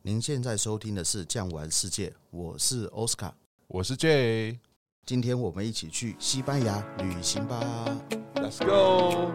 您现在收听的是酱玩世界，我是 Oscar， 我是 J。 今天我们一起去西班牙旅行吧 Let's go。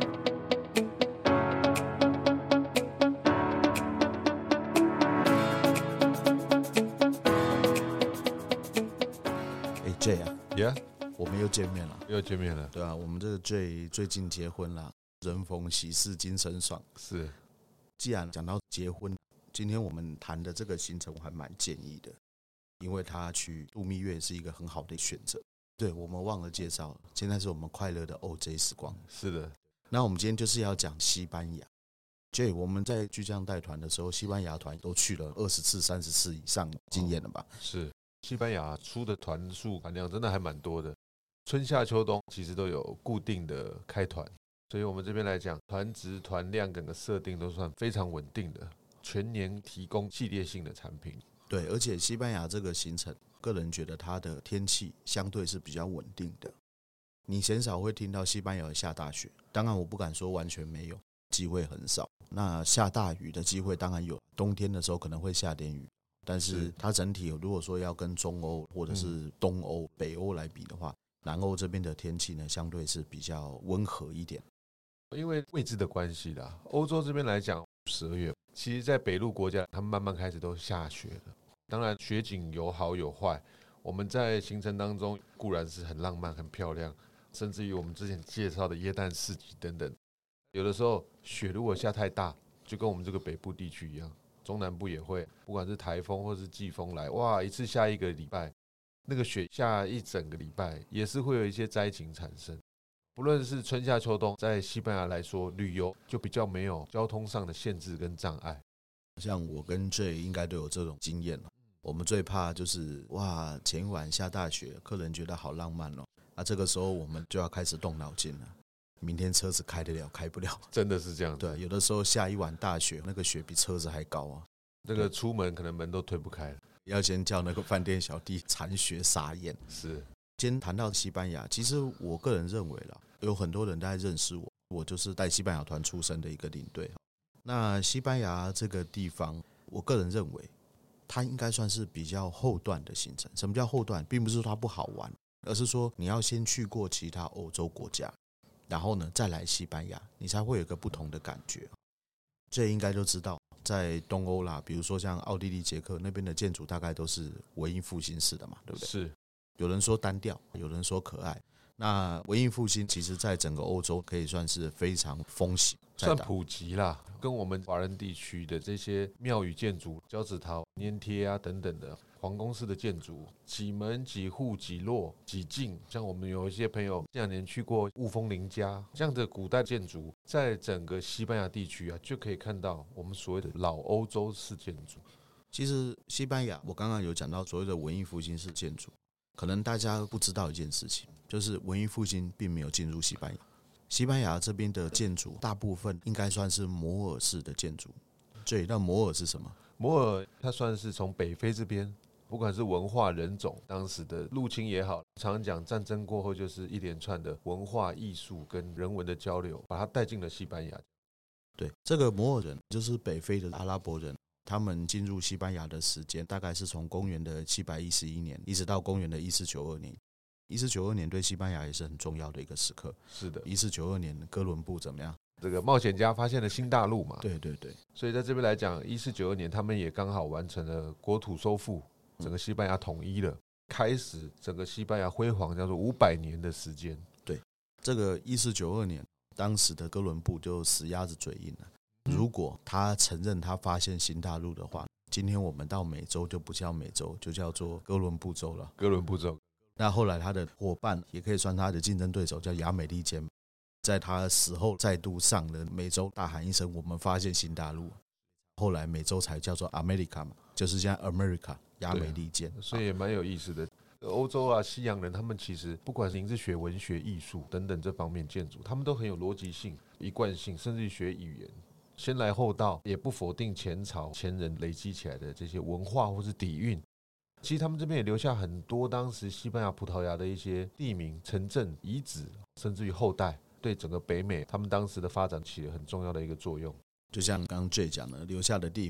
J 啊 Yeah， 我们又见面了。 又见面了。 对啊，我们这个 J 最近结婚了，人逢喜事精神爽。 是， 既然讲到结婚，今天我们谈的这个行程我还蛮建议的，因为他去度蜜月是一个很好的选择。对，我们忘了介绍，现在是我们快乐的 OJ 时光。 是的。 那我们今天就是要讲西班牙。J， 我们在巨匠带团的时候，西班牙团都去了20次、30次以上经验了吧？ 是，西班牙出的团数含量真的还蛮多的，春夏秋冬其实都有固定的开团，所以我们这边来讲，团值、团量整个设定都算非常稳定的，全年提供系列性的产品。 对，而且西班牙这个行程，个人觉得它的天气相对是比较稳定的，你鲜少会听到西班牙下大雪，当然我不敢说完全没有，机会很少。那下大雨的机会当然有，冬天的时候可能会下点雨，但是它整体如果说要跟中欧或者是东欧、北欧来比的话，南欧这边的天气呢相对是比较温和一点。 因为位置的关系啦，欧洲这边来讲，12月其实在北陆国家他们慢慢开始都下雪了。当然雪景有好有坏，我们在行程当中固然是很浪漫很漂亮，甚至于我们之前介绍的耶诞市集等等，有的时候雪如果下太大，就跟我们这个北部地区一样，中南部也会，不管是台风或是季风来，哇，一次下一个礼拜，那个雪下一整个礼拜，也是会有一些灾情产生。不论是春夏秋冬，在西班牙来说，旅游就比较没有交通上的限制跟障碍。 像我跟 J 应该都有这种经验了。我们最怕就是哇，前一晚下大雪，客人觉得好浪漫哦，这个时候我们就要开始动脑筋了。明天车子开得了开不了， 真的是这样子。 对，有的时候下一晚大雪，那个雪比车子还高啊， 那个出门可能门都推不开了， 要先叫那个饭店小弟铲雪撒盐。 是。 今天谈到西班牙，其实我个人认为啦，有很多人大概认识我，我就是带西班牙团出身的一个领队。那西班牙这个地方，我个人认为它应该算是比较后段的行程。什么叫后段？并不是说它不好玩，而是说你要先去过其他欧洲国家，然后呢再来西班牙，你才会有一个不同的感觉。这应该都知道，在东欧啦，比如说像奥地利、捷克那边的建筑大概都是文艺复兴式的嘛，对不对？ 是。 有人说单调，有人说可爱。那文艺复兴其实在整个欧洲可以算是非常风行， 算普及啦，跟我们华人地区的这些庙宇建筑、交趾陶、粘贴啊等等的皇宫式的建筑，几门几户几落几进，像我们有一些朋友这2年去过雾峰林家这样的古代建筑，在整个西班牙地区啊，就可以看到我们所谓的老欧洲式建筑。 其实西班牙我刚刚有讲到所谓的文艺复兴式建筑，可能大家不知道一件事情，就是文艺复兴并没有进入西班牙。西班牙这边的建筑大部分应该算是摩尔式的建筑。对，那摩尔是什么？ 摩尔它算是从北非这边，不管是文化人种当时的入侵也好，常常讲战争过后就是一连串的文化艺术跟人文的交流，把它带进了西班牙。 对，这个摩尔人就是北非的阿拉伯人，他们进入西班牙的时间大概是从公元的711年一直到公元的1492年。1492年对西班牙也是很重要的一个时刻。 是的。 1492年哥伦布怎么样？ 这个冒险家发现了新大陆嘛？ 对对对。 所以在这边来讲，1492年他们也刚好完成了国土收复，整个西班牙统一了，开始整个西班牙辉煌，叫做500年的时间。 对，这个1492年，当时的哥伦布就死鸭子嘴硬了。如果他承认他发现新大陆的话，今天我们到美洲就不叫美洲，就叫做哥伦布州了。 哥伦布州。 那后来他的伙伴也可以算他的竞争对手，叫亚美利坚，在他死后再度上了美洲，大喊一声我们发现新大陆，后来美洲才叫做 America 嘛，就是现在 America 亚美利坚。 所以也蛮有意思的。欧洲啊，西洋人他们其实不管是学文学、艺术等等这方面建筑，他们都很有逻辑性、一贯性，甚至于学语言，先来后到，也不否定前朝前人累积起来的这些文化或是底蕴。其实他们这边也留下很多当时西班牙、葡萄牙的一些地名、城镇、遗址，甚至于后代，对整个北美他们当时的发展起了很重要的一个作用。 就像刚刚 J 讲的，留下的地名，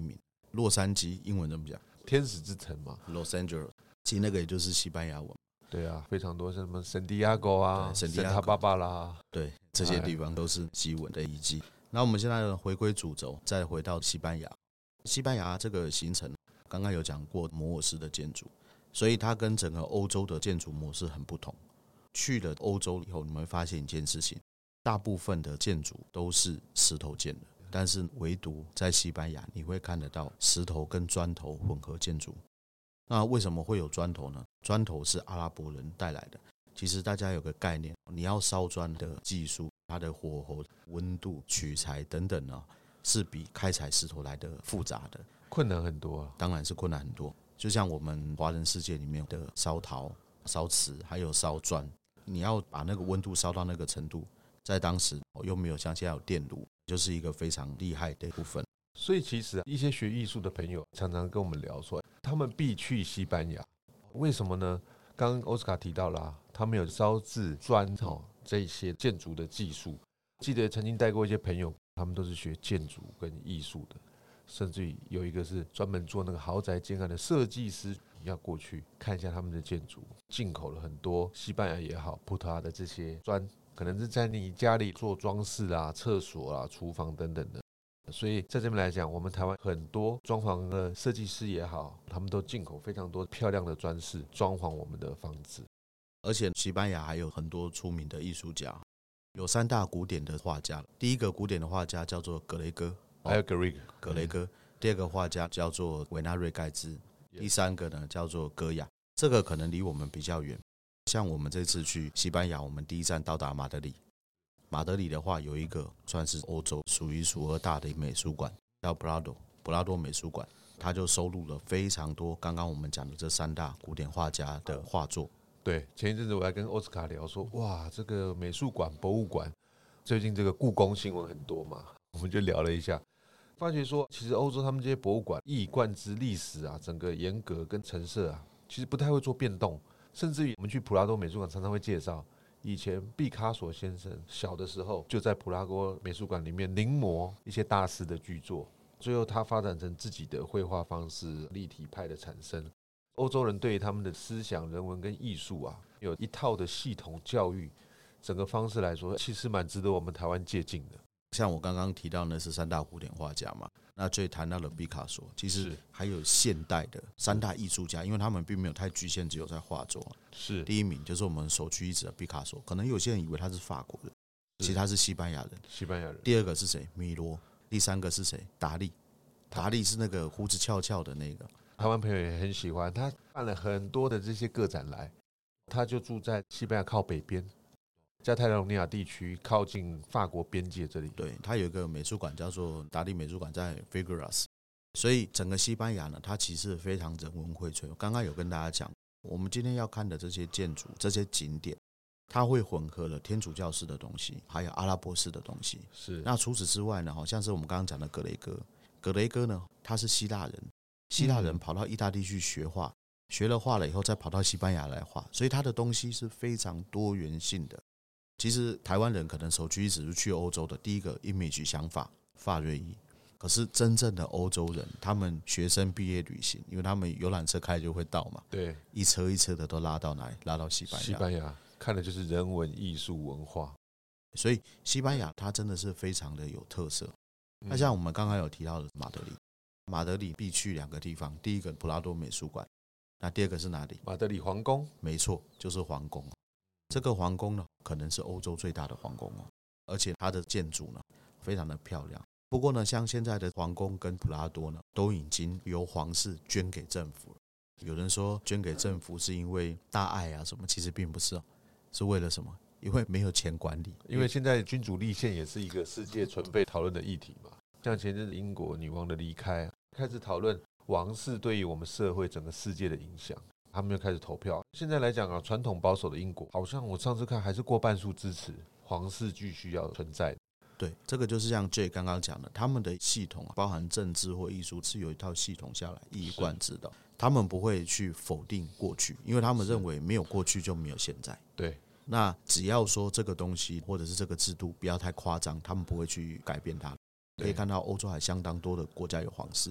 洛杉矶英文怎么讲？ 天使之城嘛 Los Angeles， 其实那个也就是西班牙文。 对啊，非常多，像什么圣地亚哥啊、圣塔芭芭拉， 对，这些地方都是西文的遗迹。那我们现在回归主轴，再回到西班牙。西班牙这个行程，刚刚有讲过摩尔式的建筑，所以它跟整个欧洲的建筑模式很不同。去了欧洲以后，你们会发现一件事情，大部分的建筑都是石头建的，但是唯独在西班牙，你会看得到石头跟砖头混合建筑。那为什么会有砖头呢？砖头是阿拉伯人带来的。其实大家有个概念，你要烧砖的技术，它的火候、温度、取材等等呢，是比开采石头来的复杂的， 困难很多啊。 当然是困难很多。就像我们华人世界里面的烧陶、烧瓷，还有烧砖，你要把那个温度烧到那个程度，在当时又没有像现在有电炉，就是一个非常厉害的部分。 所以其实一些学艺术的朋友常常跟我们聊说，他们必去西班牙，为什么呢？刚刚奥斯卡提到了，他们有烧制砖这些建筑的技术。记得曾经带过一些朋友，他们都是学建筑跟艺术的，甚至于有一个是专门做那个豪宅建案的设计师，要过去看一下他们的建筑。进口了很多西班牙也好、葡萄牙的这些砖，可能是在你家里做装饰啊、厕所啊、厨房等等的。所以在这边来讲，我们台湾很多装潢的设计师也好，他们都进口非常多漂亮的砖饰装潢我们的房子。 而且西班牙还有很多出名的艺术家，有3大古典的画家。第一个古典的画家叫做格雷戈， 还有格雷戈。第二个画家叫做维纳瑞盖兹，第3个呢叫做戈雅。这个可能离我们比较远，像我们这次去西班牙，我们第一站到达马德里。马德里的话，有一个算是欧洲数一数二大的美术馆，叫布拉多美术馆，它就收录了非常多刚刚我们讲的这3大古典画家的画作。 对，前一阵子我还跟奥斯卡聊说，哇，这个美术馆、博物馆，最近这个故宫新闻很多嘛，我们就聊了一下，发觉说，其实欧洲他们这些博物馆一以贯之历史啊，整个严格跟陈设啊，其实不太会做变动，甚至于我们去普拉多美术馆常常会介绍。以前毕卡索先生小的时候就在普拉多美术馆里面临摹一些大师的巨作，最后他发展成自己的绘画方式，立体派的产生。欧洲人对于他们的思想、人文跟艺术啊，有一套的系统教育，整个方式来说，其实蛮值得我们台湾借鉴的。 像我刚刚提到那是3大古典画家嘛，那最谈到了毕卡索，其实还有现代的3大艺术家，因为他们并没有太局限，只有在画作。 是第一名就是我们首屈一指的毕卡索，可能有些人以为他是法国人，其实他是西班牙人。第2个是谁？米罗。第3个是谁？达利。达利是那个胡子翘翘的那个。 台湾朋友也很喜欢，他办了很多的这些个展来。他就住在西班牙靠北边。加泰罗尼亚地区靠近法国边界这里， 对，它有一个美术馆叫做达利美术馆，在 Figueras。所以整个西班牙呢，它其实非常人文荟萃。我刚刚有跟大家讲，我们今天要看的这些建筑、这些景点，它会混合了天主教式的东西，还有阿拉伯式的东西。 是。 那除此之外呢，好像是我们刚刚讲的格雷戈。格雷戈呢，他是希腊人，希腊人跑到意大利去学画，学了画了以后，再跑到西班牙来画，所以他的东西是非常多元性的。其实台湾人可能首屈一指是去欧洲的第一个 image 想法法瑞意，可是真正的欧洲人，他们学生毕业旅行，因为他们游览车开就会到嘛， 对， 一车一车的都拉到哪里？拉到西班牙。 西班牙看的就是人文、艺术、文化， 所以西班牙它真的是非常的有特色。那像我们刚刚有提到的马德里，马德里必去2个地方，第一个普拉多美术馆，那第2个是哪里？ 马德里皇宫。没错，就是皇宫。这个皇宫呢，可能是欧洲最大的皇宫哦，而且它的建筑呢非常的漂亮。不过呢，像现在的皇宫跟普拉多呢，都已经由皇室捐给政府了。有人说捐给政府是因为大爱啊什么，其实并不是哦，是为了什么？因为没有钱管理。 因为现在君主立宪也是一个世界存被讨论的议题嘛。像前阵子英国女王的离开，开始讨论王室对于我们社会整个世界的影响。他们又开始投票。现在来讲啊，传统保守的英国，好像我上次看还是过半数支持皇室继续要存在。 对，这个就是像 J 刚刚讲的，他们的系统包含政治或艺术是有一套系统下来一以贯之的。他们不会去否定过去，因为他们认为没有过去就没有现在。 对， 那只要说这个东西或者是这个制度不要太夸张，他们不会去改变它。可以看到欧洲还相当多的国家有皇室。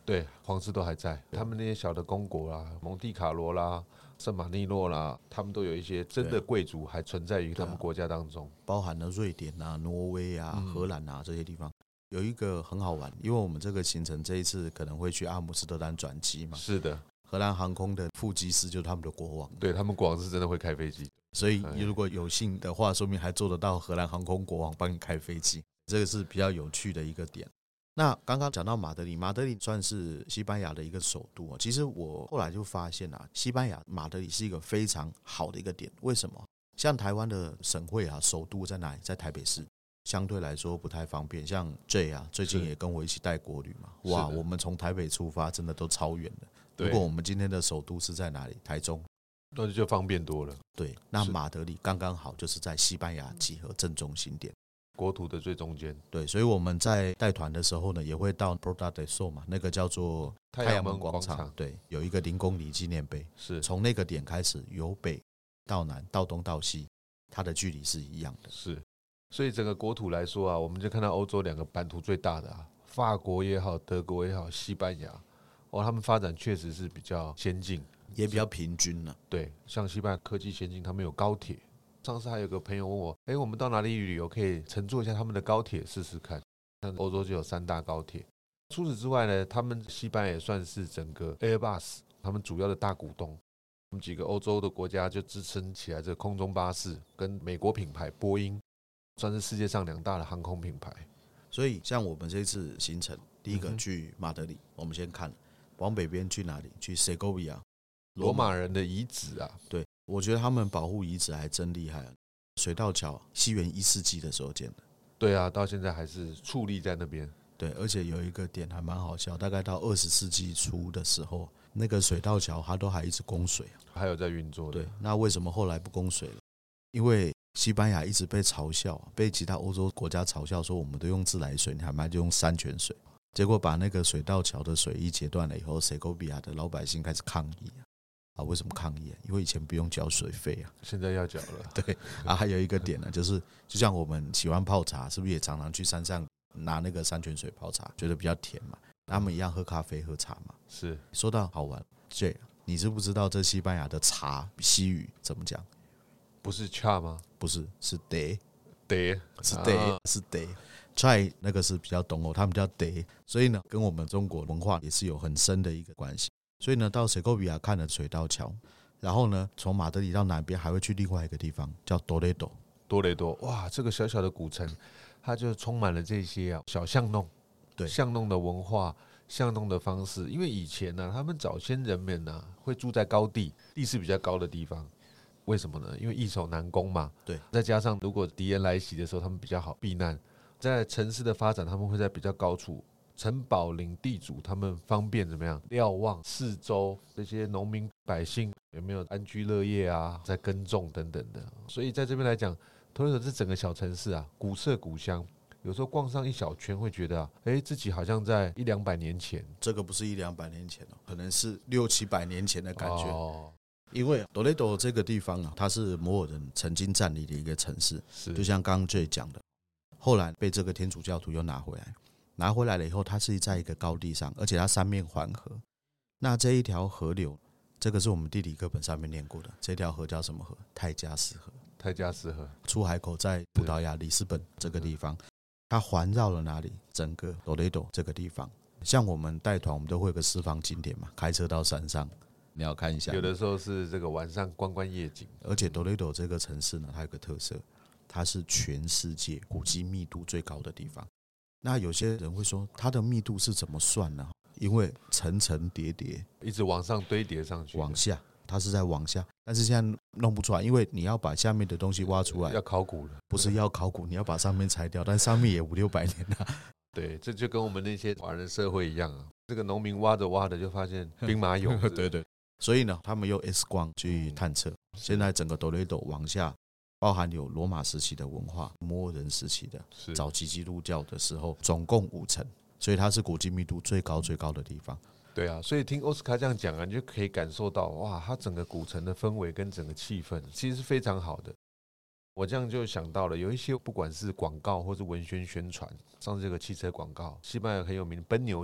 对，皇室都还在，他们那些小的公国啦，蒙蒂卡罗啦、圣马力诺啦，他们都有一些真的贵族还存在于他们国家当中， 包含了瑞典啊、挪威啊、荷兰啊这些地方。有一个很好玩，因为我们这个行程这一次可能会去阿姆斯特丹转机嘛。 是的， 荷兰航空的副机师就是他们的国王， 对他们国王是真的会开飞机， 所以如果有幸的话，说明还做得到荷兰航空国王帮你开飞机，这个是比较有趣的一个点。那刚刚讲到马德里，马德里算是西班牙的一个首都。其实我后来就发现啊，西班牙马德里是一个非常好的一个点。为什么？像台湾的省会啊，首都在哪里？在台北市。相对来说不太方便，像 J 啊，最近也跟我一起带国旅嘛，哇，我们从台北出发真的都超远的。如果我们今天的首都是在哪里？台中， 那就方便多了。 对，那马德里刚刚好就是在西班牙集合正中心点， 国土的最中间。 对，所以我们在带团的时候呢，也会到 Puerta del Sol 嘛，那个叫做太阳门广场，对，有一个0公里纪念碑， 是从那个点开始，由北到南，到东到西，它的距离是一样的。 是。所以整个国土来说啊，我们就看到欧洲2个版图最大的啊，法国也好，德国也好，西班牙，他们发展确实是比较先进， 也比较平均了。 对，像西班牙科技先进，他们有高铁。上次还有个朋友问我，我们到哪里旅游可以乘坐一下他们的高铁试试看？像欧洲就有3大高铁。除此之外呢，他们西班牙也算是整个 Airbus 他们主要的大股东。我们几个欧洲的国家就支撑起来这个空中巴士，跟美国品牌波音。算是世界上2大的航空品牌， 所以像我们这次行程，第一个去马德里，我们先看往北边去哪里？去塞戈维亚， 罗马人的遗址啊。 对，我觉得他们保护遗址还真厉害啊。水道桥，西元1世纪的时候建的。 对啊，到现在还是矗立在那边。 对，而且有一个点还蛮好笑，大概到20世纪初的时候，那个水道桥它都还一直供水， 还有在运作的。 对，那为什么后来不供水了？因为西班牙一直被嘲笑，被其他欧洲国家嘲笑说我们都用自来水，你还蛮就用山泉水。结果把那个水道桥的水一截断了以后，塞戈比亚的老百姓开始抗议啊！为什么抗议啊？因为以前不用缴水费啊， 现在要缴了。 对啊，还有一个点呢，就是就像我们喜欢泡茶，是不是也常常去山上拿那个山泉水泡茶，觉得比较甜嘛？他们一样喝咖啡喝茶嘛。 是。 说到好玩 ，J， 你知不知道这西班牙的茶西语怎么讲？ 不是 cha 吗？ 不是，是 day， 是 day， 是 day。try 那个是比较东欧，他们叫 day， 所以呢，跟我们中国文化也是有很深的一个关系。所以呢，到塞戈比亚看了水道桥，然后呢，从马德里到南边还会去另外一个地方叫多雷多。 多雷多，哇，这个小小的古城，它就充满了这些小巷弄，对，巷弄的文化。巷弄的方式，因为以前呢，他们早先人们呢会住在高地，地势比较高的地方。为什么呢？因为易守难攻嘛。 对， 再加上如果敌人来袭的时候，他们比较好避难。在城市的发展，他们会在比较高处，城堡领地主他们方便怎么样瞭望四周这些农民百姓有没有安居乐业啊，在耕种等等的。所以在这边来讲，托雷多这整个小城市啊，古色古香。有时候逛上一小圈，会觉得自己好像在100-200年前。 这个不是100-200年前可能是600-700年前的感觉。因为多雷多这个地方啊，它是摩尔人曾经占领的一个城市，就像刚刚 J 讲的，后来被这个天主教徒又拿回来，拿回来了以后，它是在一个高地上，而且它三面环河。那这一条河流，这个是我们地理课本上面念过的，这条河叫什么河？泰加斯河。 泰加斯河出海口在葡萄牙里斯本这个地方，它环绕了哪里？整个多雷多这个地方。像我们带团，我们都会有个私房景点嘛，开车到山上。你要看一下， 有的时候是这个晚上观夜景。 而且多雷多这个城市呢，它有个特色，它是全世界古迹密度最高的地方。那有些人会说，它的密度是怎么算呢？因为层层叠叠， 一直往上堆叠上去， 往下，它是在往下，但是现在弄不出来，因为你要把下面的东西挖出来， 要考古了。 不是要考古，你要把上面拆掉，但上面也500-600年了。 对，这就跟我们那些华人社会一样啊，这个农民挖着挖着就发现兵马俑。 对对。所以呢，他们用 X 光去探测，现在整个多雷多往下，包含有罗马时期的文化、摩尔人时期的、早期基督教的时候，总共5层，所以它是古迹密度最高的地方。 对啊，所以听奥斯卡这样讲啊，你就可以感受到哇，它整个古城的氛围跟整个气氛其实是非常好的。我这样就想到了，有一些不管是广告或是文宣宣传，像这个汽车广告，西班牙很有名的奔牛节，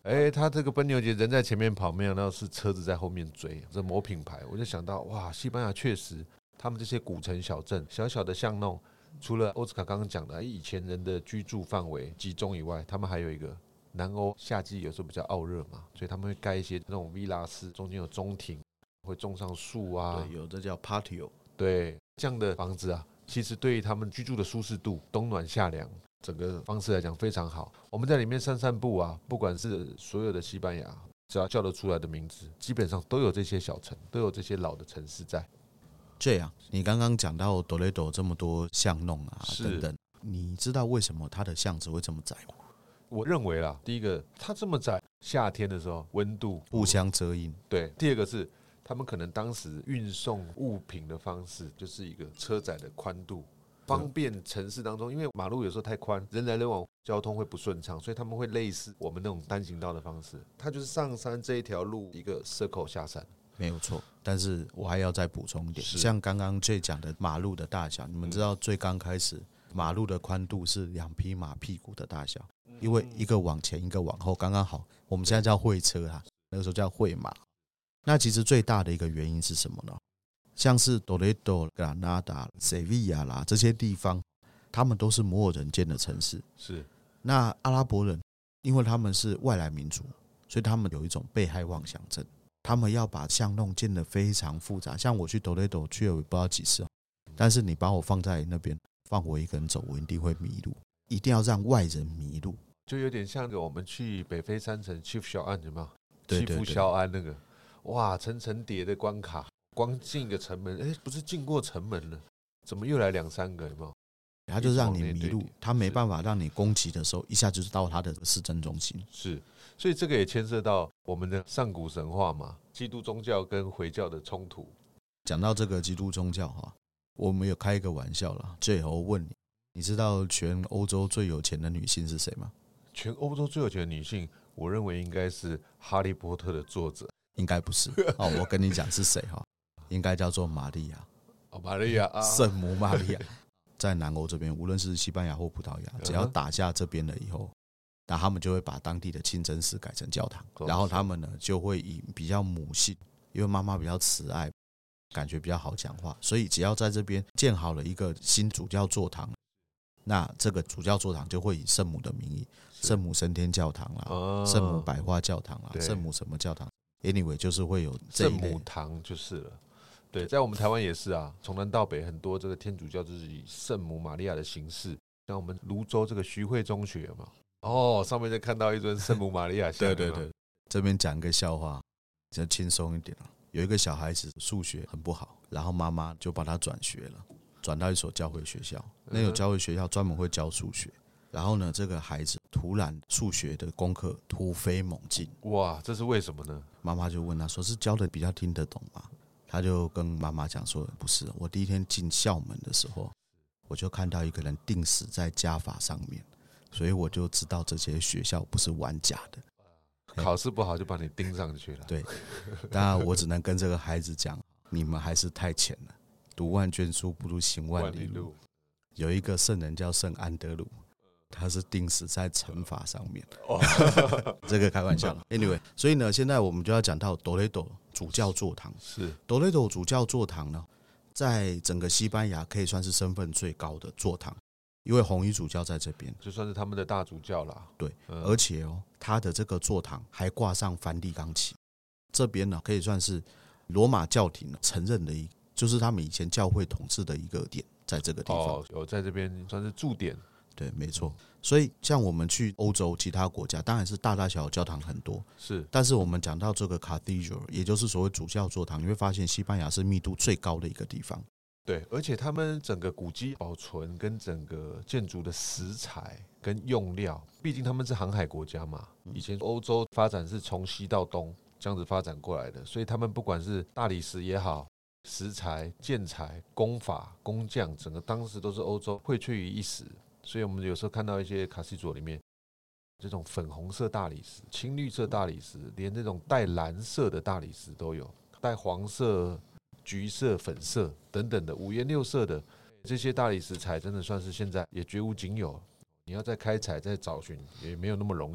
他这个奔牛节人在前面跑，没想到是车子在后面追，这某品牌，我就想到哇，西班牙确实，他们这些古城小镇、小小的巷弄，除了欧斯卡刚刚讲的以前人的居住范围集中以外，他们还有一个南欧夏季有时候比较傲热嘛，所以他们会盖一些那种 villa 式，中间有中庭，会种上树啊， 对，有的叫 patio， 对，这样的房子啊，其实对于他们居住的舒适度，冬暖夏凉，整个方式来讲非常好。我们在里面散散步啊，不管是所有的西班牙，只要叫得出来的名字，基本上都有这些小城，都有这些老的城市在。 这样，你刚刚讲到多雷多这么多巷弄啊等等，你知道为什么它的巷子会这么窄吗？ 我认为啦，第一个，它这么窄，夏天的时候温度互相遮阴。 对，第二个是他们可能当时运送物品的方式就是一个车载的宽度，方便城市当中，因为马路有时候太宽，人来人往，交通会不顺畅，所以他们会类似我们那种单行道的方式，它就是上山这一条路一个 circle 下山。 没有错，但是我还要再补充一点，像刚刚J讲的马路的大小，你们知道最刚开始马路的宽度是2匹马屁股的大小，因为一个往前一个往后刚刚好，我们现在叫会车啊，那个时候叫会马。那其实最大的一个原因是什么呢？像是多雷多、格拉纳达、塞维亚啦这些地方，他们都是摩尔人建的城市。 是， 那阿拉伯人因为他们是外来民族，所以他们有一种被害妄想症，他们要把巷弄建得非常复杂。像我去多雷多去了不知道几次，但是你把我放在那边，放我一个人走，我一定会迷路，一定要让外人迷路， 就有点像我们去北非三城欺负小安，有没有？ 对对对， 欺负小安那个，哇，层层叠的关卡，光进一个城门，不是进过城门了，怎么又来2-3个？有没有？ 他就让你迷路，他没办法让你攻击的时候，一下就是到他的市政中心。 是，所以这个也牵涉到我们的上古神话嘛，基督宗教跟回教的冲突。 讲到这个基督宗教哈，我们有开一个玩笑啦。最后问你，你知道全欧洲最有钱的女性是谁吗？ 全欧洲最有钱的女性，我认为应该是《哈利波特》的作者。 应该不是哦，我跟你讲是谁哈，应该叫做玛利亚。 哦，玛利亚， 圣母玛利亚。在南欧这边，无论是西班牙或葡萄牙，只要打下这边了以后，那他们就会把当地的清真寺改成教堂，然后他们呢就会以比较母性，因为妈妈比较慈爱，感觉比较好讲话，所以只要在这边建好了一个新主教座堂，那这个主教座堂就会以圣母的名义，圣母升天教堂啦，圣母百花教堂啦，圣母什么教堂 ，anyway 就是会有这一类圣母堂就是了。对，在我们台湾也是啊，从南到北很多这个天主教就是以圣母玛利亚的形式，像我们泸州这个徐汇中学嘛，上面就看到一尊圣母玛利亚像。 对，这边讲一个笑话，比较轻松一点。有一个小孩子数学很不好，然后妈妈就把他转学了，转到一所教会学校。那个教会学校专门会教数学。然后呢，这个孩子突然数学的功课突飞猛进。 哇，这是为什么呢？ 妈妈就问他说：“是教的比较听得懂吗？”他就跟妈妈讲说：“不是，我第一天进校门的时候，我就看到一个人钉死在家法上面，所以我就知道这些学校不是玩假的。 考试不好就把你钉上去了。” 对，当然我只能跟这个孩子讲，你们还是太浅了，读万卷书不如行万里路。有一个圣人叫圣安德鲁，他是钉死在乘法上面。这个开玩笑了。Anyway， 所以呢，现在我们就要讲到多雷多主教座堂。 是多雷多主教座堂呢，在整个西班牙可以算是身份最高的座堂，因为红衣主教在这边， 就算是他们的大主教啦。 对，而且他的这个座堂还挂上梵蒂冈旗。这边呢，可以算是罗马教廷承认的就是他们以前教会统治的一个点，在这个地方。 有在这边算是驻点。 对，没错。所以像我们去欧洲其他国家，当然是大大小小教堂很多， 是。 但是我们讲到这个 cathedral， 也就是所谓主教座堂，你会发现西班牙是密度最高的一个地方。 对，而且他们整个古迹保存跟整个建筑的石材跟用料，毕竟他们是航海国家嘛，以前欧洲发展是从西到东这样子发展过来的，所以他们不管是大理石也好，石材、建材、工法、工匠，整个当时都是欧洲荟萃于一时。所以我们有时候看到一些卡西佐里面这种粉红色大理石、青绿色大理石，连这种带蓝色的大理石都有，带黄色、橘色、粉色等等的五颜六色的这些大理石材，真的算是现在也绝无仅有。你要再开采、再找寻，也没有那么容易。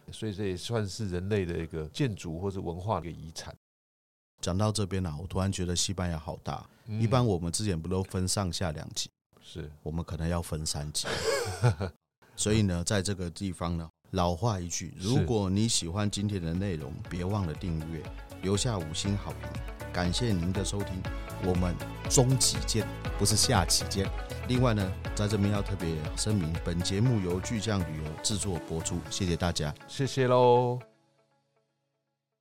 所以这也算是人类的一个建筑或者文化的一个遗产。 讲到这边我突然觉得西班牙好大，一般我们之前不都分上下2集， 是我们可能要分3集。所以呢，在这个地方呢，老话一句，如果你喜欢今天的内容，别忘了订阅，留下5星好评。感谢您的收听，我们中期见，不是下期见。另外呢，在这边要特别声明，本节目由巨匠旅游制作播出，谢谢大家， 谢谢喽。